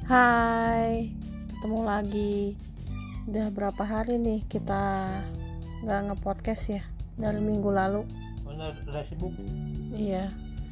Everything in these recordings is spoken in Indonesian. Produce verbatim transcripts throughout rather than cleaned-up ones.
Hai, ketemu lagi. Udah berapa hari nih kita gak nge-podcast ya? Dari minggu lalu. Mana udah sibuk? Iya.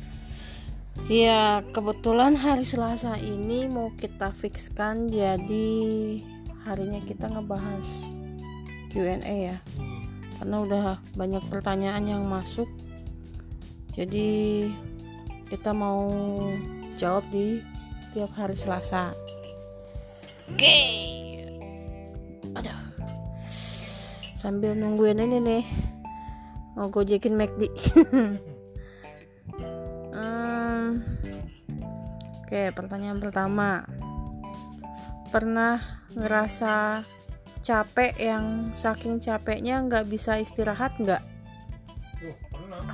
Iya, kebetulan hari Selasa ini mau kita fixkan. Jadi harinya kita ngebahas Q and A ya. Karena udah banyak pertanyaan yang masuk. Jadi kita mau jawab di tiap hari Selasa. Oke. Aduh. Sambil nungguin ini nih. Mau gojekin McD. hmm. Oke, pertanyaan pertama. Pernah ngerasa capek yang saking capeknya nggak bisa istirahat nggak? Tuh, pernah.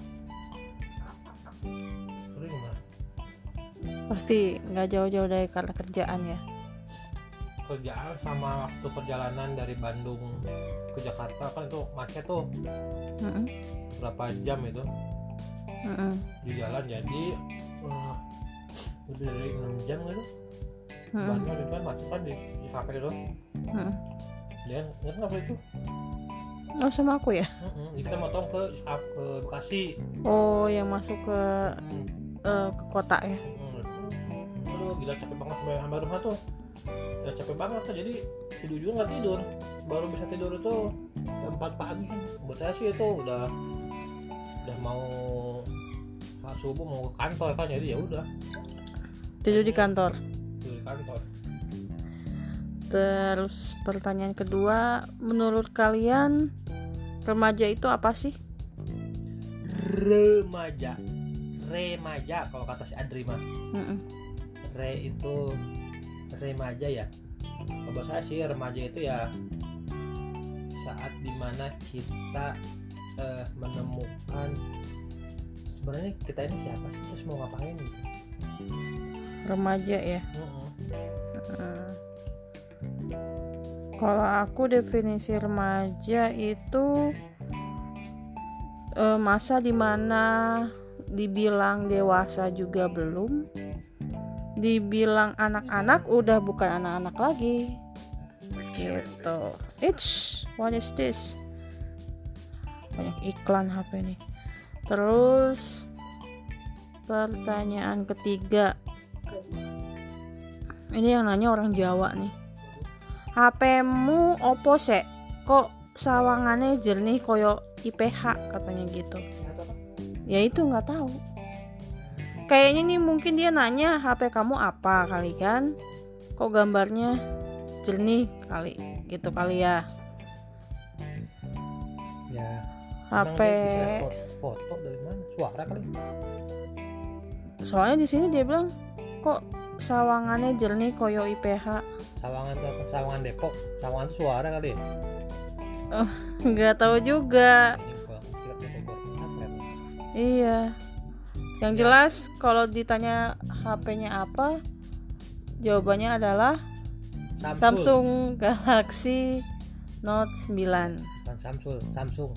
Sering mah. Pasti nggak jauh-jauh dari karena kerjaan ya. Kerjaan sama waktu perjalanan dari Bandung ke Jakarta kan itu macet tuh. Mm-mm. Berapa jam itu Mm-mm. di jalan, jadi uh, lebih dari enam jam gitu. Mm-mm. Bandung itu kan macet kan di Cikampek itu. Mm-mm. Dan ingat nggak apa itu? Oh, sama aku ya? Mm-mm. Jadi kita motong ke Cikampek, ke Bekasi. Oh, yang masuk ke Mm. uh, ke kota ya? Mm. Aduh, gila capek banget sampai rumah tuh. Ya capek banget tuh, jadi tidur juga nggak tidur. Baru bisa tidur itu jam empat pagi kan. Buat saya sih itu udah udah mau subuh mau ke kantor kan, jadi ya udah Tidur di kantor. tidur di kantor. Terus pertanyaan kedua, menurut kalian remaja itu apa sih? Remaja, remaja kalau kata si Adri mah. Mm-mm. Re itu remaja ya. Kalau bahasa saya sih remaja itu ya saat dimana kita eh, menemukan sebenarnya kita ini siapa sih, terus mau ngapain gitu. Remaja ya. Mm-mm. Hmm. Kalau aku definisi remaja itu eh, masa dimana dibilang dewasa juga belum, dibilang anak-anak udah bukan anak-anak lagi gitu. It's what is this? Banyak iklan H P nih. Terus pertanyaan ketiga, ini yang nanya orang Jawa nih. H P-mu opo sek? Kok sawangannya jernih koyo I P H katanya gitu. Ya itu nggak tahu. Kayaknya nih mungkin dia nanya H P kamu apa kali kan? Kok gambarnya jernih kali gitu kali ya. Ya. H P. Foto, foto dari mana? Suara kali. Soalnya di sini dia bilang kok sawangannya jernih koyo I P H. Sawangan tuh apa? Sawangan Depok. Sawangan tuh suara kali. Oh, nggak tahu juga. Iya. Yang jelas kalau ditanya H P-nya apa, jawabannya adalah Samsung. Samsung Galaxy Note sembilan. Bukan Samsung, Samsung.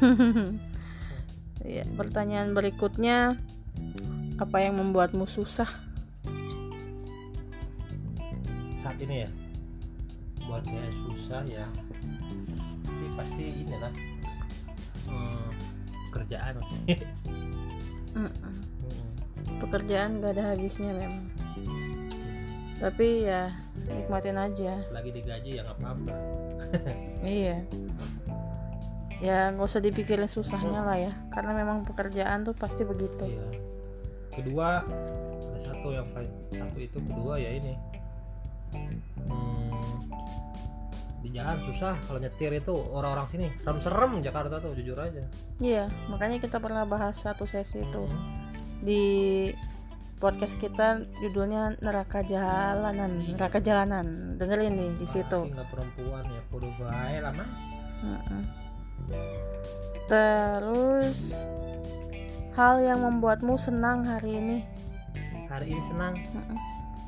Iya, pertanyaan berikutnya, apa yang membuatmu susah? Saat ini ya, buat saya susah ya. Tapi pasti inilah hmm, kerjaan. Mm-mm. Pekerjaan gak ada habisnya memang. Tapi ya nikmatin aja. Lagi digaji ya nggak apa-apa. Iya. Ya nggak usah dipikirin susahnya lah ya, karena memang pekerjaan tuh pasti begitu. Iya. Kedua, ada satu yang paling satu itu kedua ya ini. Hmm, di jalan susah kalau nyetir itu, orang-orang sini serem-serem Jakarta tuh jujur aja. Iya, makanya kita pernah bahas satu sesi itu Hmm. di podcast kita, judulnya neraka jalanan, neraka jalanan. Dengerin nih di situ. Apalagi nggak perempuan ya, podo bae lah mas. Mm-mm. Terus hal yang membuatmu senang hari ini? Hari ini senang. Mm-mm.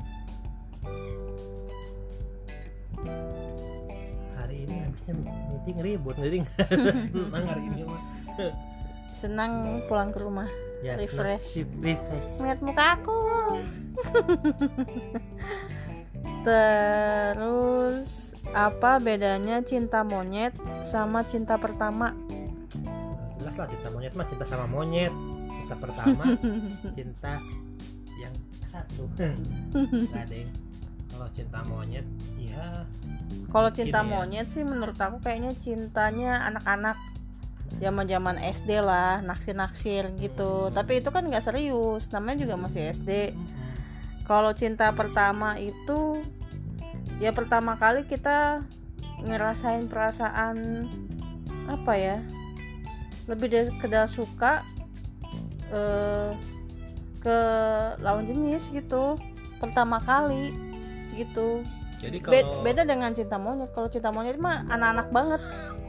Hari ini habisnya meeting ribut, jadi nggak senang hari ini mah. Senang pulang ke rumah, Ya, refresh. refresh. Lihat muka aku. Terus apa bedanya cinta monyet sama cinta pertama? Nah, jelas lah, cinta monyet mah cinta sama monyet. Cinta pertama cinta yang satu. Gak ada yang. Kalau cinta monyet ya. Kalau cinta Gini ya. monyet sih menurut aku kayaknya cintanya anak-anak zaman-zaman S D lah, naksir-naksir gitu. Hmm. Tapi itu kan nggak serius, namanya juga masih S D. Kalau cinta pertama itu ya pertama kali kita ngerasain perasaan apa ya? Lebih dari sekedar suka eh, ke lawan jenis gitu. Pertama kali gitu. Jadi Be- kalau beda dengan cinta monyet. Kalau cinta monyet mah anak-anak banget.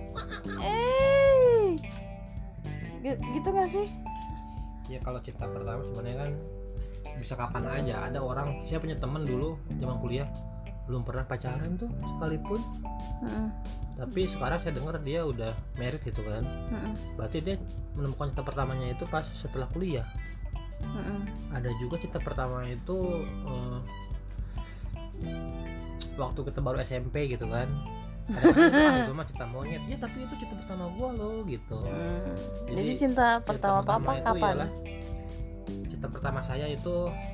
Eh, G- gitu nggak sih? ya kalau cinta pertama sebenarnya kan bisa kapan aja. Ada orang, saya punya teman dulu zaman kuliah belum pernah pacaran tuh sekalipun. Mm-mm. Tapi sekarang saya dengar dia udah married gitu kan. Mm-mm. Berarti dia menemukan cinta pertamanya itu pas setelah kuliah. Mm-mm. Ada juga cinta pertama itu eh, waktu kita baru S M P gitu kan. Kadang-kadang ah, itu mah cinta monyet. Ya tapi itu cinta pertama gua loh gitu. Mm. Jadi, Jadi cinta pertama cinta papa itu kapan? ialah- cinta pertama saya itu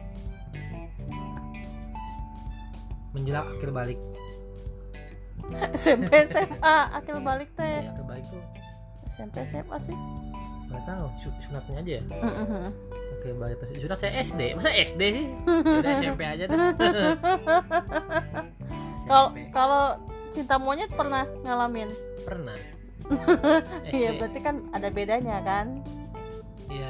menjelang akhir balik. S M P S M A akhir balik teh. Ya, akhir balik tuh S M P S M A sih. nggak tahu su- sunatnya aja ya. Mm-mm. Akhir balik tuh sunat saya S D. Masa S D sih? Udah S M P aja deh. Kalau S M P. kalau cinta monyet pernah ngalamin? Pernah. Iya S D. berarti kan ada bedanya kan? Ya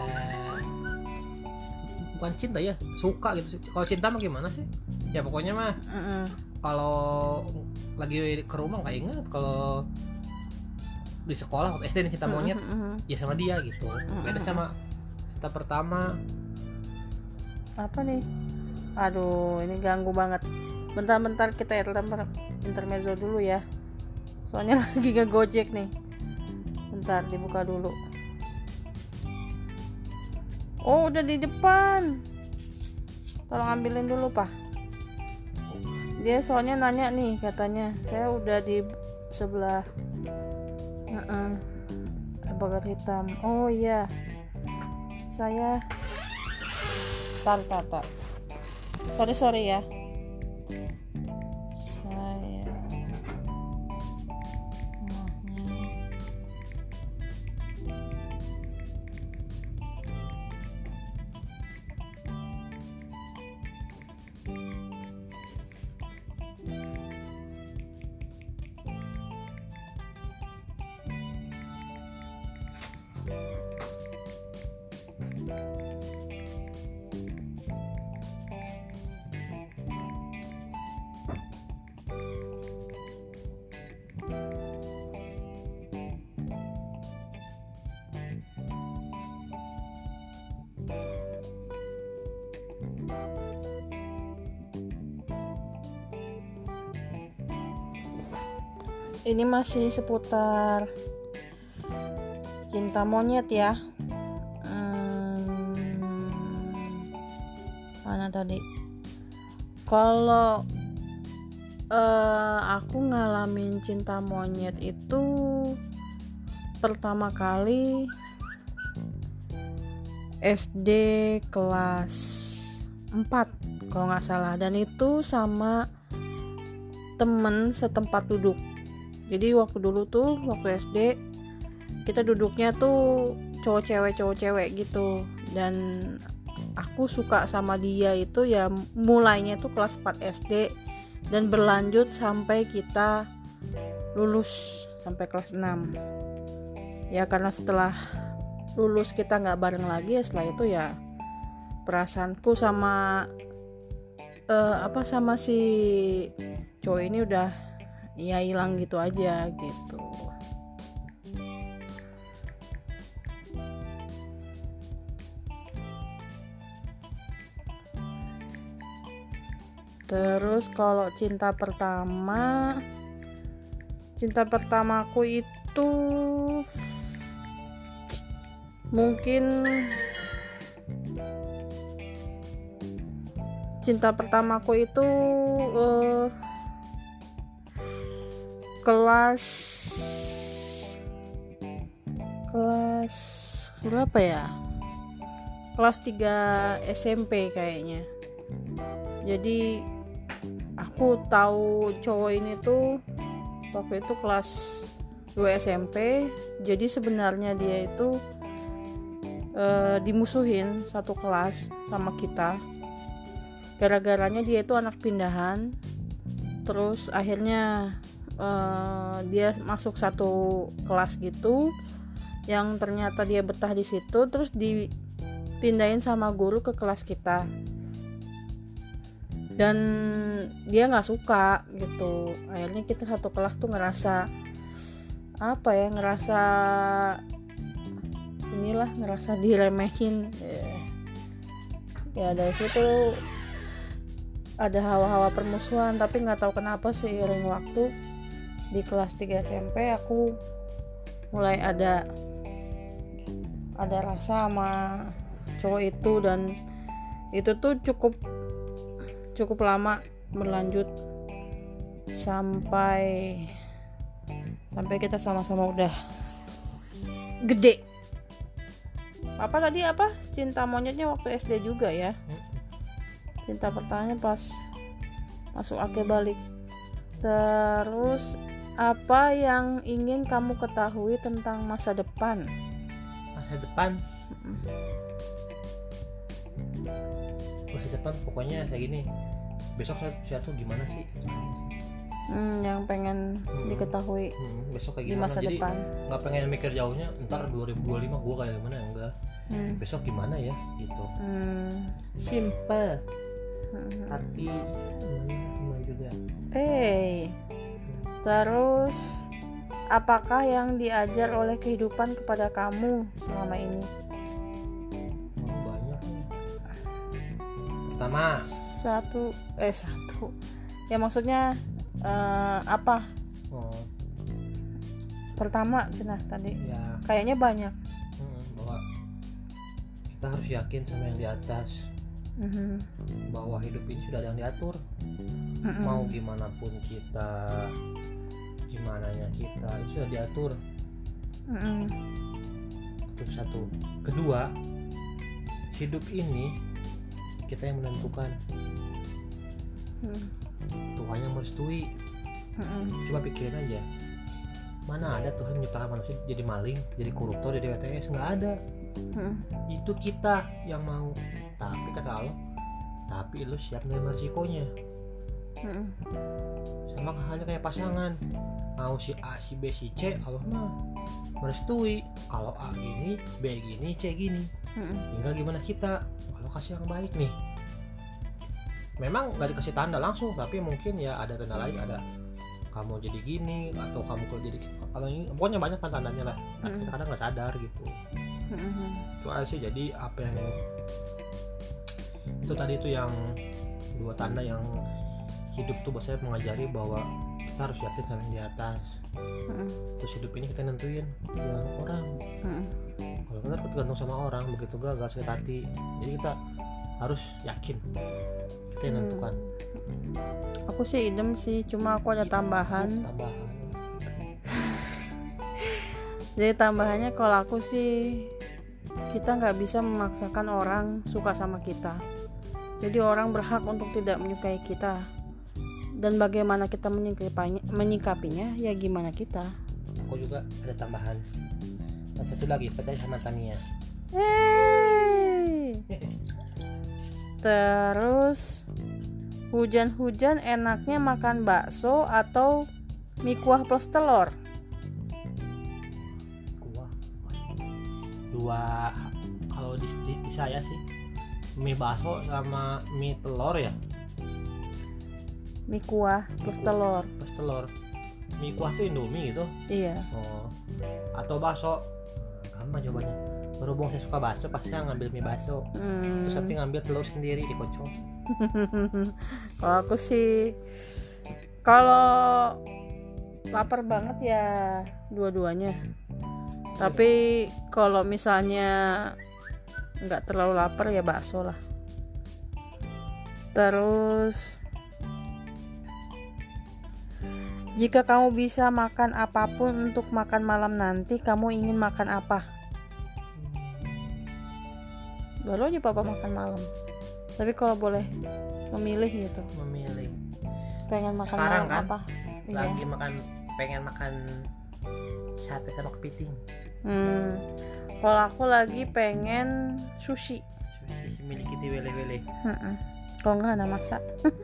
bukan cinta ya, suka gitu sih. Kalau cinta mah gimana sih? Ya pokoknya mah Mm-mm. kalau lagi ke rumah nggak ingat, kalau di sekolah waktu S D nih cinta monyet Mm-mm. ya sama dia gitu. Beda sama cinta pertama. Apa nih? Aduh ini ganggu banget. Bentar-bentar kita inter- intermezzo dulu ya. Soalnya lagi ngegojek nih. Bentar dibuka dulu. Oh udah di depan. Tolong ambilin dulu Pak. Dia soalnya nanya nih katanya. Saya udah di sebelah uh-uh. pagar hitam. Oh iya. Saya tar tar tar. Sorry sorry ya. Saya rumahnya ini masih seputar cinta monyet ya. Hmm, mana tadi? Kalau uh, aku ngalamin cinta monyet itu pertama kali S D kelas empat kalau nggak salah, dan itu sama temen setempat duduk. Jadi waktu dulu tuh waktu S D kita duduknya tuh cowok cewek cowok cewek gitu, dan aku suka sama dia itu ya mulainya tuh kelas empat S D dan berlanjut sampai kita lulus sampai kelas enam. Ya karena setelah lulus kita nggak bareng lagi ya, setelah itu ya perasaanku sama uh, apa sama si cowok ini udah ya hilang gitu aja gitu. Terus kalau cinta pertama, cinta pertamaku itu mungkin cinta pertamaku itu uh, kelas kelas berapa ya? Kelas tiga S M P kayaknya. Jadi aku tahu cowok ini tuh waktu itu kelas dua S M P. Jadi sebenarnya dia itu e, dimusuhin satu kelas sama kita. Gara-garanya dia itu anak pindahan. Terus akhirnya e, dia masuk satu kelas gitu, yang ternyata dia betah di situ, terus dipindahin sama guru ke kelas kita. Dan dia nggak suka gitu. Akhirnya kita satu kelas tuh ngerasa apa ya, ngerasa inilah, ngerasa diremehin. Ya dari situ ada hawa-hawa permusuhan, tapi nggak tahu kenapa seiring waktu di kelas tiga S M P aku mulai ada ada rasa sama cowok itu, dan itu tuh cukup cukup lama berlanjut sampai sampai kita sama-sama udah gede. Apa tadi apa? Cinta monyetnya waktu S D juga ya. Cinta pertamanya pas masuk akhir balik. Terus apa yang ingin kamu ketahui tentang masa depan? Masa depan? Masa depan pokoknya kayak gini. Besok saya, saya tuh gimana sih? Hmm, yang pengen hmm. diketahui hmm, besok kayak di gimana. masa Jadi depan. Nggak pengen mikir jauhnya, ntar dua ribu dua puluh lima gue kayak gimana, enggak. Hmm. Besok gimana ya gitu. Hmm. Simple. Hmm. Tapi gimana juga. Eh. Hey. Terus apakah yang diajar oleh kehidupan kepada kamu selama ini? Oh, banyak nih. Pertama. Satu eh satu. Ya maksudnya Uh, apa? Oh. Pertama cenah tadi. Ya. Kayaknya banyak. Hmm, bahwa kita harus yakin sama yang di atas. Mm-hmm. Bahwa hidup ini sudah ada yang diatur. Mm-hmm. Mau gimana pun kita, gimananya kita, itu sudah diatur. Mm-hmm. Itu satu. Kedua, hidup ini kita yang menentukan. Mm. Tuhan yang merestui. Mm-hmm. Coba pikirin aja, mana ada Tuhan menciptakan manusia jadi maling, jadi koruptor, jadi W T S? Nggak ada. Mm-hmm. Itu kita yang mau. Tapi kata Allah, tapi lu siap menerima risikonya. Mm-hmm. Sama halnya kayak pasangan, mau si A, si B, si C, Allah mah merestui. Kalau A gini, B gini, C gini. Mm-hmm. Tinggal gimana kita, kalau kasih yang baik nih. Memang nggak dikasih tanda langsung, tapi mungkin ya ada tanda lain, ada kamu jadi gini atau kamu kalau jadi kalau ini, pokoknya banyak kan tandanya lah. Nah, mm-hmm. kita kadang nggak sadar gitu. Mm-hmm. Itu aja sih. Jadi apa yang itu tadi itu yang dua tanda yang hidup tuh bahasa mengajari bahwa kita harus yakin sama yang di atas. Mm-hmm. Terus hidup ini kita nentuin dengan orang. Mm-hmm. Kalau kita tergantung sama orang, begitu gagal sakit hati. Jadi kita harus yakin kita yang nentukan. Hmm. Aku sih idem sih, cuma aku ada tambahan. Tambahan. Jadi tambahannya kalau aku sih, kita nggak bisa memaksakan orang suka sama kita. Jadi orang berhak untuk tidak menyukai kita. Dan bagaimana kita menyikapinya, menyikapinya ya gimana kita. Aku juga ada tambahan. Dan satu lagi, percaya sama Tania. Hey. Terus hujan-hujan enaknya makan bakso atau mie kuah plus telur? Kuah. Dua kalau di, di, di saya sih mie bakso sama mie telur ya. Mie kuah plus telur. Plus telur. Mie kuah tuh Indomie gitu. Iya. Oh. Atau bakso. Gampang jawabannya. Berhubung saya suka bakso, pasti saya ngambil mie bakso. Hmm. Terus nanti ngambil telur sendiri dikocok. Kalau aku sih, kalau lapar banget ya dua-duanya. Tapi kalau misalnya nggak terlalu lapar ya bakso lah. Terus jika kamu bisa makan apapun untuk makan malam nanti, kamu ingin makan apa? Baru aja papa makan malam. Tapi kalau boleh memilih gitu. Memilih. Pengen makan Sekarang malam kan, apa? Lagi Iya. makan, pengen makan sate sama kepiting. Hmm. Kalau aku lagi pengen sushi. Sushi milik kita wele-wele. Mm-mm. Kalau nggak ada masak.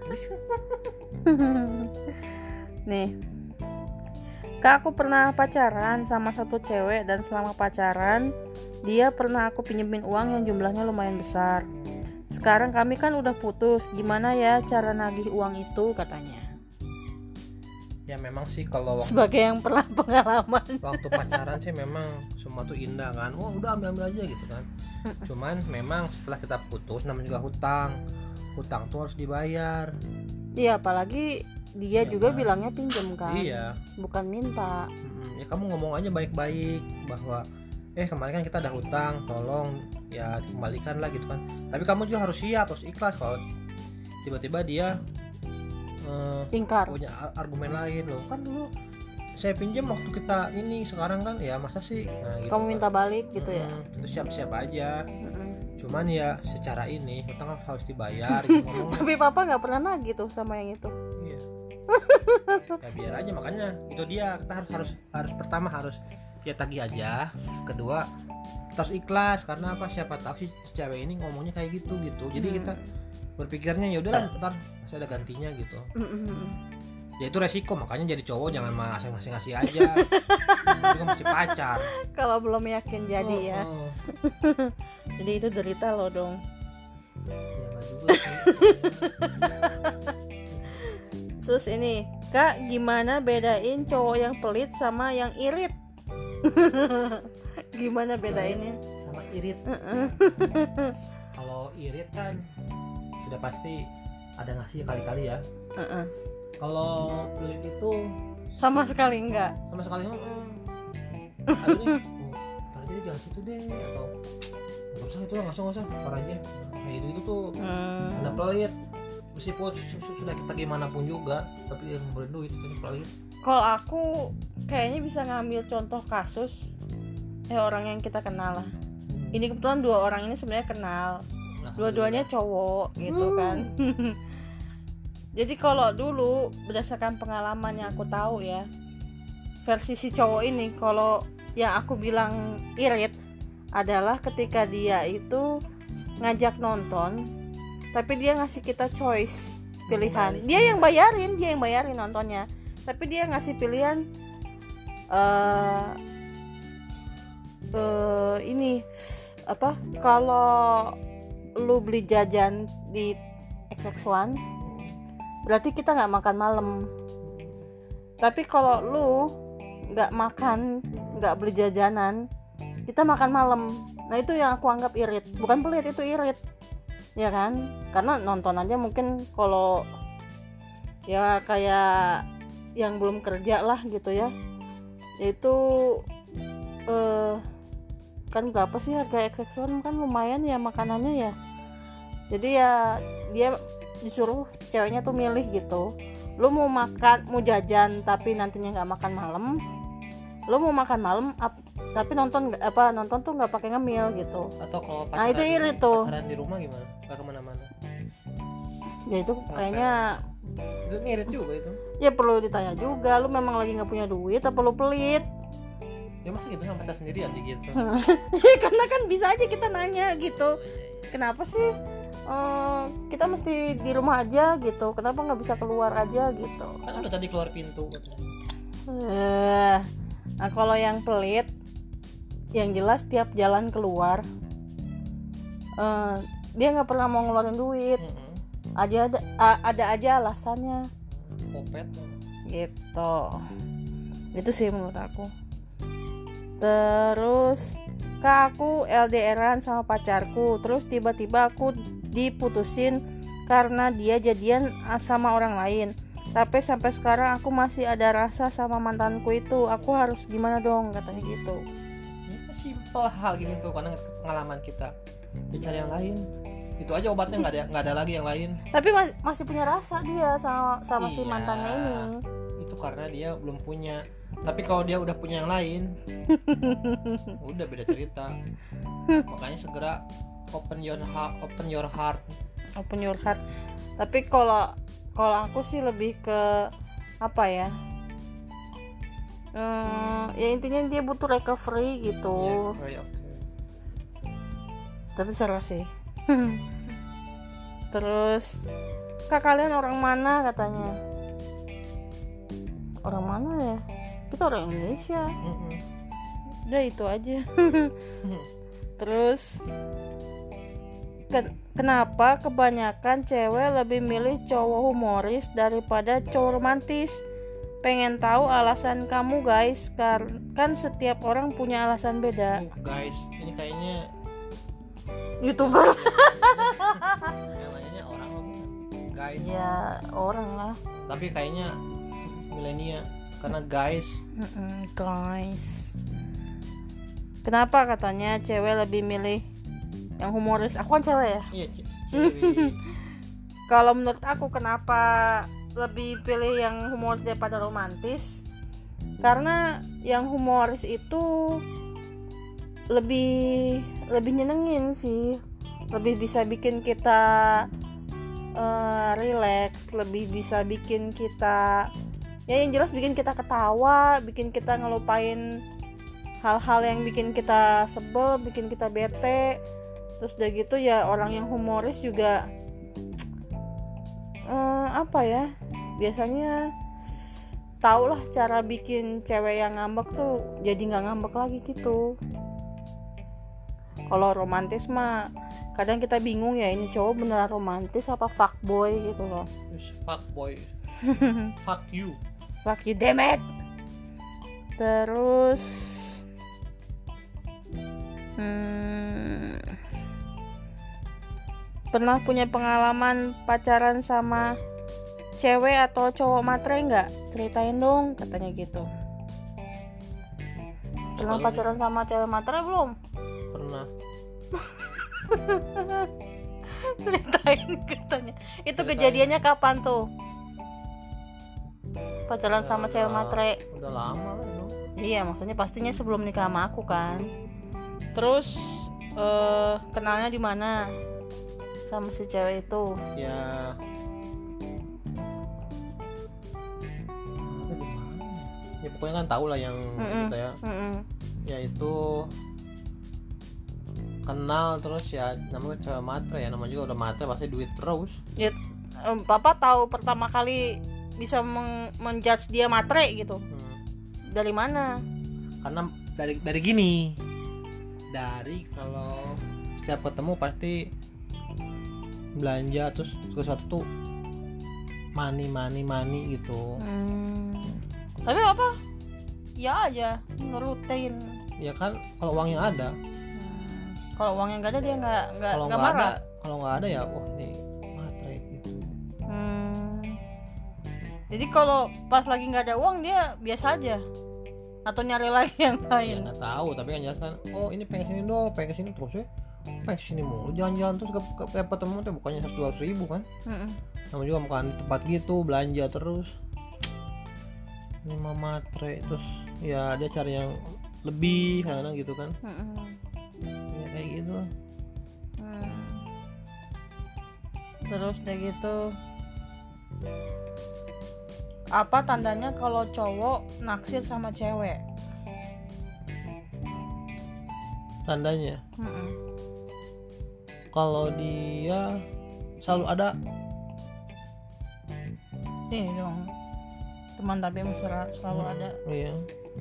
Nih, Kak, aku pernah pacaran sama satu cewek dan selama pacaran dia pernah aku pinjemin uang yang jumlahnya lumayan besar. Sekarang kami kan udah putus, gimana ya cara nagih uang itu, katanya. Ya memang sih kalau waktu, Sebagai yang pernah pengalaman. waktu pacaran sih memang semua tuh indah kan. Wah udah ambil-ambil aja gitu kan. Cuman memang setelah kita putus namanya juga hutang. Hutang tuh harus dibayar. Iya, apalagi dia Iya juga kan? bilangnya pinjem kan, Iya. bukan minta. Mm, ya kamu ngomong aja baik-baik bahwa eh kemarin kan kita ada hutang, tolong ya dikembalikan lah gitu kan. Tapi kamu juga harus siap, harus ikhlas kalau tiba-tiba dia eh, Ingkar. punya a- argumen lain loh. Kan dulu saya pinjam waktu kita ini, sekarang kan ya masa sih nah, gitu Kamu kan. minta balik gitu ya. Mm, itu siap-siap aja. Mm-mm. Cuman ya secara ini hutang harus dibayar gitu ngomongnya. Tapi papa nggak pernah nagih tuh sama yang itu. Iya. Ya biar aja, makanya itu dia, kita harus harus harus pertama harus ya tagih aja, kedua kita harus ikhlas karena apa, siapa tahu sih si cewek ini ngomongnya kayak gitu gitu, jadi Hmm. kita berpikirnya ya udahlah ntar masih ada gantinya gitu. Mm-mm. Ya itu resiko, makanya jadi cowok jangan masih ngasih ngasih aja. Juga masih pacar. Kalau belum yakin jadi Oh, ya. oh. Jadi itu derita lo dong. Ya nggak juga sih. Terus ini, Kak, gimana bedain cowok yang pelit sama yang irit? Gimana bedainnya? Sama irit. Kalau irit kan sudah pasti ada ngasih kali-kali ya. Uh-uh. Kalau pelit itu Sama sekali enggak. sama sekali heeh. Ada nih, oh, ntar aja deh, jangan situ deh, atau nggak usah itu lah, nggak usah nggak usah, ntar aja. Nah itu itu tuh Hmm. ada pelit, meskipun su- su- sudah kita gimana pun juga, tapi yang berduit itu pelit. Kalau aku kayaknya bisa ngambil contoh kasus eh orang yang kita kenal lah. Ini kebetulan dua orang ini sebenarnya kenal. Nah, Dua-duanya cowok gitu kan. Jadi kalau dulu berdasarkan pengalaman yang aku tahu ya, versi si cowok ini, kalau yang aku bilang irit adalah ketika dia itu ngajak nonton tapi dia ngasih kita choice, pilihan. Dia yang bayarin, dia yang bayarin nontonnya. Tapi dia ngasih pilihan eh uh, ini apa? Kalau lu beli jajan di X X one berarti kita nggak makan malam. Tapi kalau lu nggak makan, nggak beli jajanan, kita makan malam. Nah itu yang aku anggap irit, bukan pelit, itu irit, ya kan? Karena nonton aja mungkin kalau ya kayak yang belum kerja lah gitu ya, itu eh, kan berapa sih harga X X one, kan lumayan ya makanannya ya. Jadi ya dia disuruh ceweknya tuh milih gitu, lu mau makan, mau jajan tapi nantinya nggak makan malam, lu mau makan malam ap, tapi nonton apa nonton tuh nggak pakai ngemil gitu. Atau kalau Nah itu irit tuh. pacaran di rumah gimana? Gak kemana-mana. Ya itu kayaknya Itu ngirit juga itu. ya perlu ditanya juga, lu memang lagi nggak punya duit apa lu pelit? Ya masa gitu sama pacar sendiri aja gitu. Karena kan bisa aja kita nanya gitu, kenapa sih uh, kita mesti di rumah aja gitu, kenapa nggak bisa keluar aja gitu. Kan udah tadi keluar pintu katanya. Eh, nah kalau yang pelit, yang jelas tiap jalan keluar uh, dia nggak pernah mau ngeluarin duit, Mm-mm. aja ada a- ada aja alasannya Kopet. gitu. Itu sih menurut aku. Terus Kak, aku L D R-an sama pacarku, terus tiba-tiba aku diputusin karena dia jadian sama orang lain. Tapi sampai sekarang aku masih ada rasa sama mantanku itu. Aku harus gimana dong, katanya gitu. Ya simpel hal gini tuh, karena pengalaman kita. Ya cari yang lain. Itu aja obatnya, nggak ada nggak ada lagi yang lain. Tapi mas- masih punya rasa dia sama sama si Iya. mantannya ini. Itu karena dia belum punya. Tapi kalau dia udah punya yang lain, udah beda cerita. Makanya segera open your heart, open your heart. Open your heart. Tapi kalau kalau aku sih lebih ke apa ya? Hmm, ya intinya dia butuh recovery gitu. Ya, right, oke. Tapi salah sih. Terus, kak kalian orang mana katanya? Orang mana ya? Kita orang Indonesia. Mm-mm. Udah itu aja. Terus, ken- kenapa kebanyakan cewek lebih milih cowok humoris daripada cowok romantis? Pengen tahu alasan kamu guys, kar- kan setiap orang punya alasan beda. Tuh, guys, ini kayaknya YouTuber. yang nanyanya orang apa bukan? Guys. Ya orang lah. Tapi kayaknya milenial karena guys. Mm-mm, guys. Kenapa katanya cewek lebih milih yang humoris? Aku kan cewek ya. Iya, ce- cewek. Kalau menurut aku kenapa lebih pilih yang humoris daripada romantis? Karena yang humoris itu lebih lebih nyenengin sih, lebih bisa bikin kita uh, relax, lebih bisa bikin kita ya yang jelas bikin kita ketawa, bikin kita ngelupain hal-hal yang bikin kita sebel, bikin kita bete. Terus udah gitu ya orang yang humoris juga uh, apa ya, biasanya tau lah cara bikin cewek yang ngambek tuh jadi nggak ngambek lagi gitu. Kalau romantis mah kadang kita bingung ya, ini cowok beneran romantis apa fuckboy gitu loh. Fuck boy. Fuck you. Fuck you damn it. Terus hmm, pernah punya pengalaman pacaran sama cewek atau cowok matre nggak? Ceritain dong katanya gitu. Pernah Kalau pacaran sama cewek matre belum? Pernah. Ceritain katanya. Itu Ceritain. kejadiannya kapan tuh? Pacaran sama Udah- cewek matre. Udah lama kan itu. Iya, maksudnya pastinya sebelum nikah sama aku kan. Terus eh kenalnya di mana sama si cewek itu? Ya. Ada di mana? Ya pokoknya kan tahu lah yang Mm-mm. kita ya. Mm-mm. Ya itu kenal terus ya namanya cewek matre ya, namanya juga udah matre pasti duit terus. Ya, eh, Papa tahu pertama kali bisa meng- menjudge dia matre gitu. Hmm. Dari mana? Karena dari dari gini, dari kalau setiap ketemu pasti belanja terus sesuatu tuh money money money gitu. Hmm. Tapi apa? Ya aja nurutin. Ya kan kalau uangnya ada, Hmm. Kalau uangnya nggak ada dia nggak nggak kalau nggak nggak ada, marah. kalau nggak ada ya wah ini matre gitu. Hmm. Jadi kalau pas lagi nggak ada uang dia biasa aja atau nyari lagi yang Ya lain? nggak tahu tapi kan jelas kan, oh ini pengen sini dong, pengen kesini terus ya, pengen kesini mulu jalan-jalan terus ke, ke, ke ketemu tuh bukannya seratus dua ratus ribu kan, Mm-mm. sama juga bukan di tempat gitu belanja terus. Ini mah matre terus ya dia cari yang lebih kadang gitu kan, Mm-mm. ya kayak gitu lah. Hmm. Terus udah gitu apa tandanya kalau cowok naksir sama cewek? Tandanya Mm-mm. kalau dia selalu ada. Nih dong, teman tapi mesra selalu ada, Iya.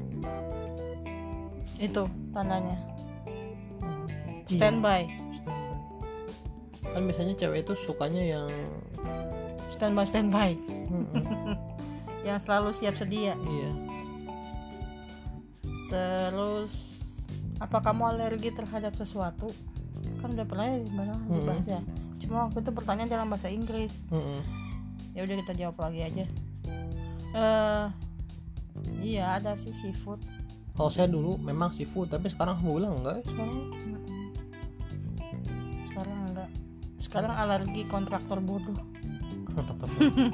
itu tandanya. Iya. Standby, Kan biasanya cewek itu sukanya yang standby, standby, Mm-mm. yang selalu siap sedia. iya. Terus apa kamu alergi terhadap sesuatu? Kan udah pernah ya gimana dibahas ya. Cuma waktu itu pertanyaan dalam bahasa Inggris. Mm-mm. Ya udah kita jawab lagi aja. Eh iya ada sih seafood. Kalau saya dulu memang seafood tapi sekarang alhamdulillah enggak ya, sekarang. Sekarang enggak. sekarang alergi kontraktor bodoh. Kontraktor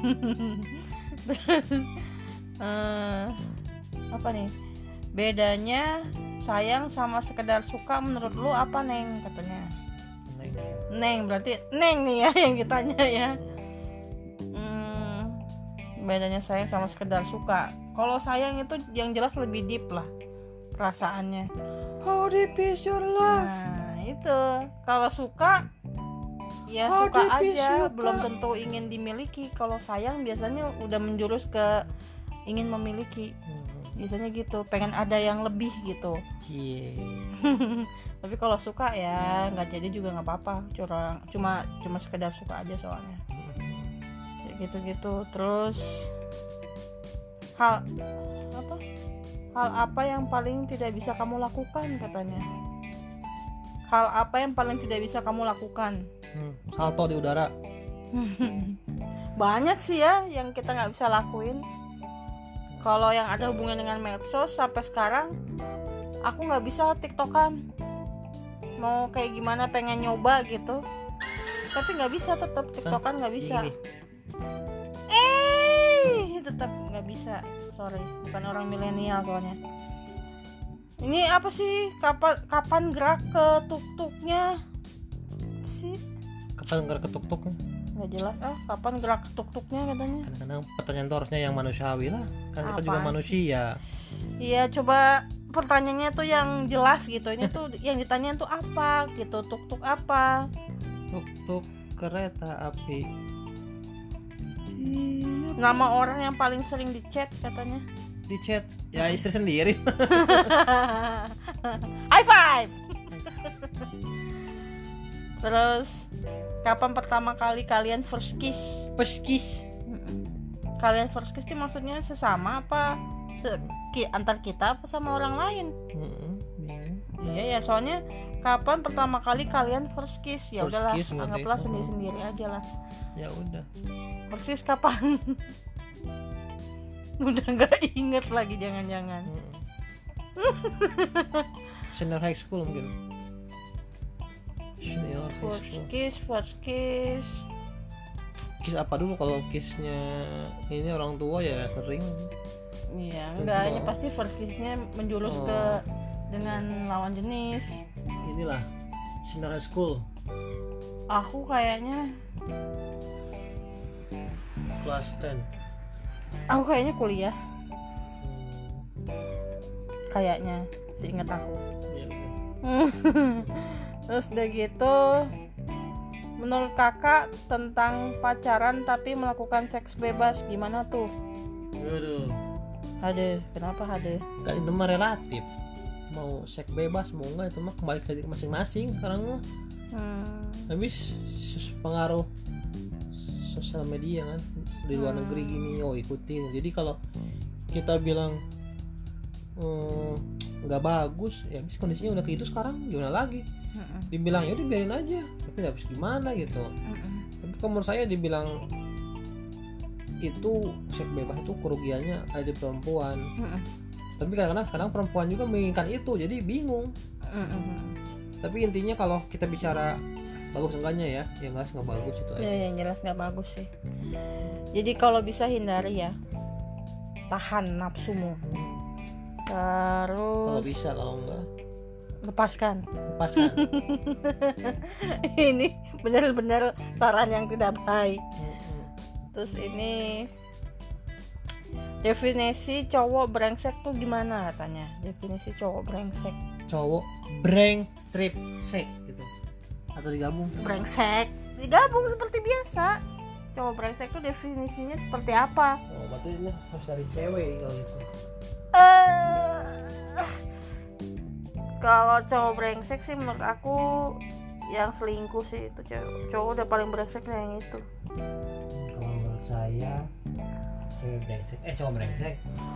eh, apa nih bedanya sayang sama sekedar suka menurut lu apa Neng katanya. Neng. Neng berarti Neng nih ya yang ditanya ya. hmm, bedanya sayang sama sekedar suka. Kalau sayang itu yang jelas lebih deep lah perasaannya. How deep is your love? Nah itu kalau suka ya How suka deep is aja, your belum love? tentu ingin dimiliki. Kalau sayang biasanya udah menjurus ke ingin memiliki, biasanya gitu, pengen ada yang lebih gitu. Cie. Tapi kalau suka ya nggak jadi juga nggak apa-apa, curang cuma cuma sekedar suka aja soalnya kayak gitu-gitu. Terus hal apa hal apa yang paling tidak bisa kamu lakukan katanya. Hal apa yang paling tidak bisa kamu lakukan? Hmm, salto di udara. Banyak sih ya yang kita nggak bisa lakuin. Kalau yang ada hubungan dengan medsos sampai sekarang aku nggak bisa tiktokan. Mau kayak gimana pengen nyoba gitu, tapi nggak bisa, tetap tiktokan nggak bisa. Ini. Eh tetap nggak bisa, sorry, bukan orang milenial soalnya. Ini apa sih, kapan kapan gerak ke tuk-tuknya apa sih, Kapan gerak ke tuk-tuk? nggak jelas ah kapan gerak ke tuk-tuknya katanya. Kadang-kadang pertanyaan itu harusnya yang manusiawi lah, kan kita Apaan juga sih? manusia. Iya, coba pertanyaannya tuh yang jelas gitu. Ini tuh yang ditanyain tuh apa gitu, tuk-tuk apa. Tuk-tuk kereta api. Nama orang yang paling sering di chat katanya. Di chat ya istri sendiri. High five. Terus kapan pertama kali kalian first kiss? Peskis. Kalian first kiss itu maksudnya sesama apa se- ki- antar kita apa sama orang lain? Mm-mm, bingung. Iya ya, soalnya kapan pertama kali kalian first kiss? Ya First udahlah, kiss berarti anggaplah sama. sendiri-sendiri aja lah. Ya udah. First kiss kapan? Udah nggak inget lagi, jangan-jangan. Mm. Senior high school mungkin. Senior high First school. kiss, first kiss. Kiss apa dulu? Kalau kissnya ini orang tua ya sering. Iya, Simple. enggak, ini pasti first kiss-nya menjurus Oh. ke dengan lawan jenis. Inilah senior high school. Aku kayaknya Kelas sepuluh. aku kayaknya kuliah, Hmm, kayaknya seingat aku. ya udah. Terus udah gitu, menurut kakak tentang pacaran tapi melakukan seks bebas gimana tuh? Aduh. Ada, kenapa ada? Kan itu mah relatif. Mau seks bebas mau enggak itu mah kembali ke diri masing-masing sekarang mah. Hmm, Habis sus- pengaruh sosial media kan di luar Hmm. negeri gini, oh ikutin. Jadi kalau kita bilang eh, nggak bagus, ya habis kondisinya udah kayak gitu sekarang, gimana lagi? mm-mm, Dibilang ya udah biarin aja, tapi nggak habis gimana gitu. mm-mm. Tapi kalau menurut saya dibilang itu seks bebas itu kerugiannya ada di perempuan. Mm-mm. Tapi kadang-kadang sekarang perempuan juga menginginkan itu, jadi bingung. Mm-mm. Tapi intinya kalau kita bicara bagus enggaknya ya, ya enggak nggak bagus itu aja. Ya, yang jelas nggak bagus sih. Jadi kalau bisa hindari ya, tahan nafsumu. Terus Kalau bisa, kalau enggak lepaskan. lepaskan. Ini benar-benar saran yang tidak baik. Mm-mm. Terus ini definisi cowok brengsek tuh gimana katanya? Definisi cowok brengsek. Cowok breng strip sek gitu. Atau digabung. Brengsek digabung seperti biasa. Cowok brengsek tuh definisinya seperti apa? Oh, berarti ini harus dari cewek kalau gitu. Eh, kalau cowok brengsek sih menurut aku yang selingkuh sih itu cowok. Cowok udah paling brengseknya yang itu. Kalau menurut saya cewek brengsek, eh cowok brengsek.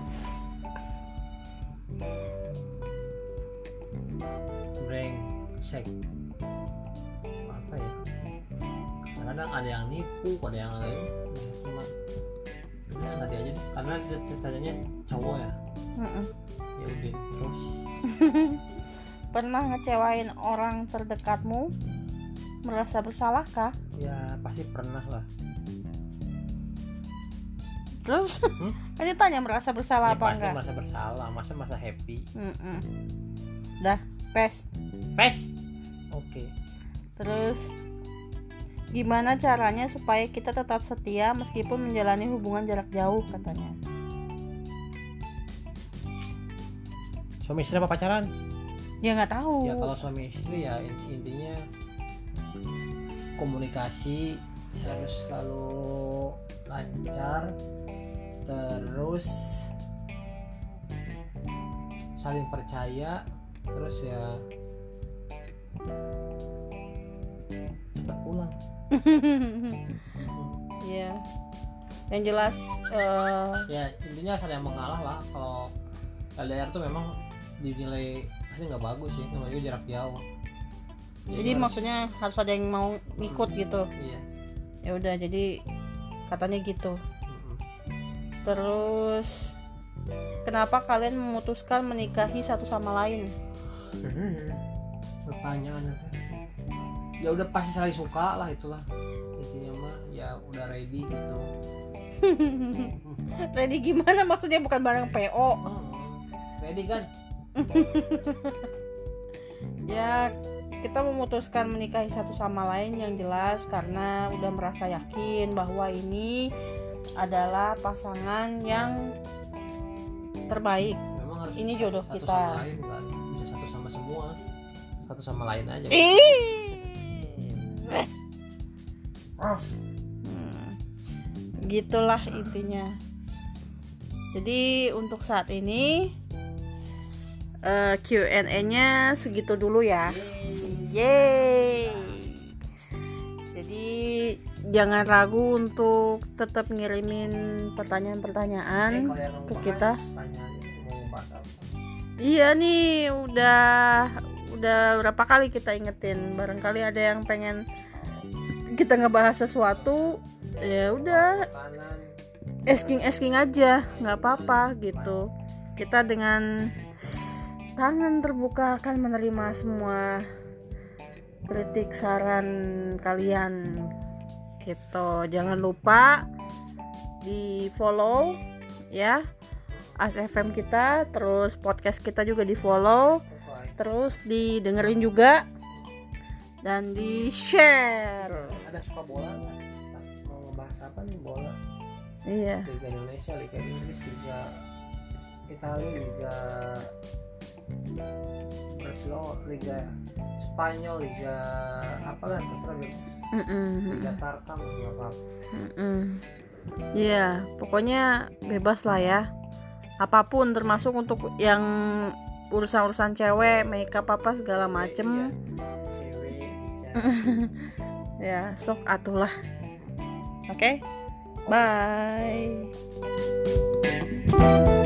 Brengsek. Apa ya? Kadang ada yang nipu, ada yang lain. Cuma ini tadi aja deh. Karena ceritanya cowok ya. Mm-mm. Ya udah terus. Pernah ngecewain orang terdekatmu? merasa bersalah kah? Ya pasti pernah lah. Terus Hmm? kan ditanya merasa bersalah Ya, apa pasti enggak? merasa bersalah, masa masa happy. Mm-mm. Dah, pes. Pes. Oke. Terus gimana caranya supaya kita tetap setia meskipun menjalani hubungan jarak jauh katanya? Suami istri apa pacaran? Ya nggak tahu. Ya kalau suami istri ya in- intinya komunikasi harus selalu lancar, terus saling percaya, terus ya cepat pulang. Iya. Yang jelas eh, Ya intinya saling mengalah lah. Kalau L D R tuh memang dinilai asli nggak bagus sih, namanya juga jarak jauh. jadi harus- maksudnya harus ada yang mau ikut gitu. iya. Ya udah, jadi katanya gitu. Mm-mm. Terus kenapa kalian memutuskan menikahi satu sama lain? Pertanyaan itu ya udah pasti saling suka lah, itulah intinya mah, ya udah ready gitu. Ready gimana maksudnya, bukan barang P O? Hmm, ready kan? Ya kita memutuskan menikahi satu sama lain yang jelas karena udah merasa yakin bahwa ini adalah pasangan yang terbaik. Memang harus Ini jodoh satu kita. sama lain kan, bisa satu sama semua, satu sama lain aja. Ih. Hmm, gitulah intinya. Jadi untuk saat ini uh, Q and A-nya segitu dulu ya. Yeay. Jadi jangan ragu untuk tetap ngirimin pertanyaan-pertanyaan Eh, kalau yang mau ke bahas, kita. tanya aja, mau bahas apa? Iya nih, udah udah berapa kali kita ingetin, barangkali ada yang pengen kita ngebahas sesuatu, ya udah Kanan. asking asking aja, nggak apa-apa gitu. Kita dengan tangan terbuka akan menerima semua kritik saran kalian gitu. Jangan lupa di follow ya A S F M kita, terus podcast kita juga di follow, terus didengerin juga dan di share. Ada suka bola nggak? Mau ngebahas apa nih, bola? Iya. Liga Indonesia, Liga Inggris, Liga Italia, Liga Brazil, Liga Spanyol, Liga apalah terserah, Mm-mm. Liga Tarkam nggak apa-apa. Mm-mm. Iya, pokoknya bebas lah ya. Apapun, termasuk untuk yang urusan-urusan cewek, makeup apa segala macem. Cewek bisa. Ya, sok atulah. Oke, bye.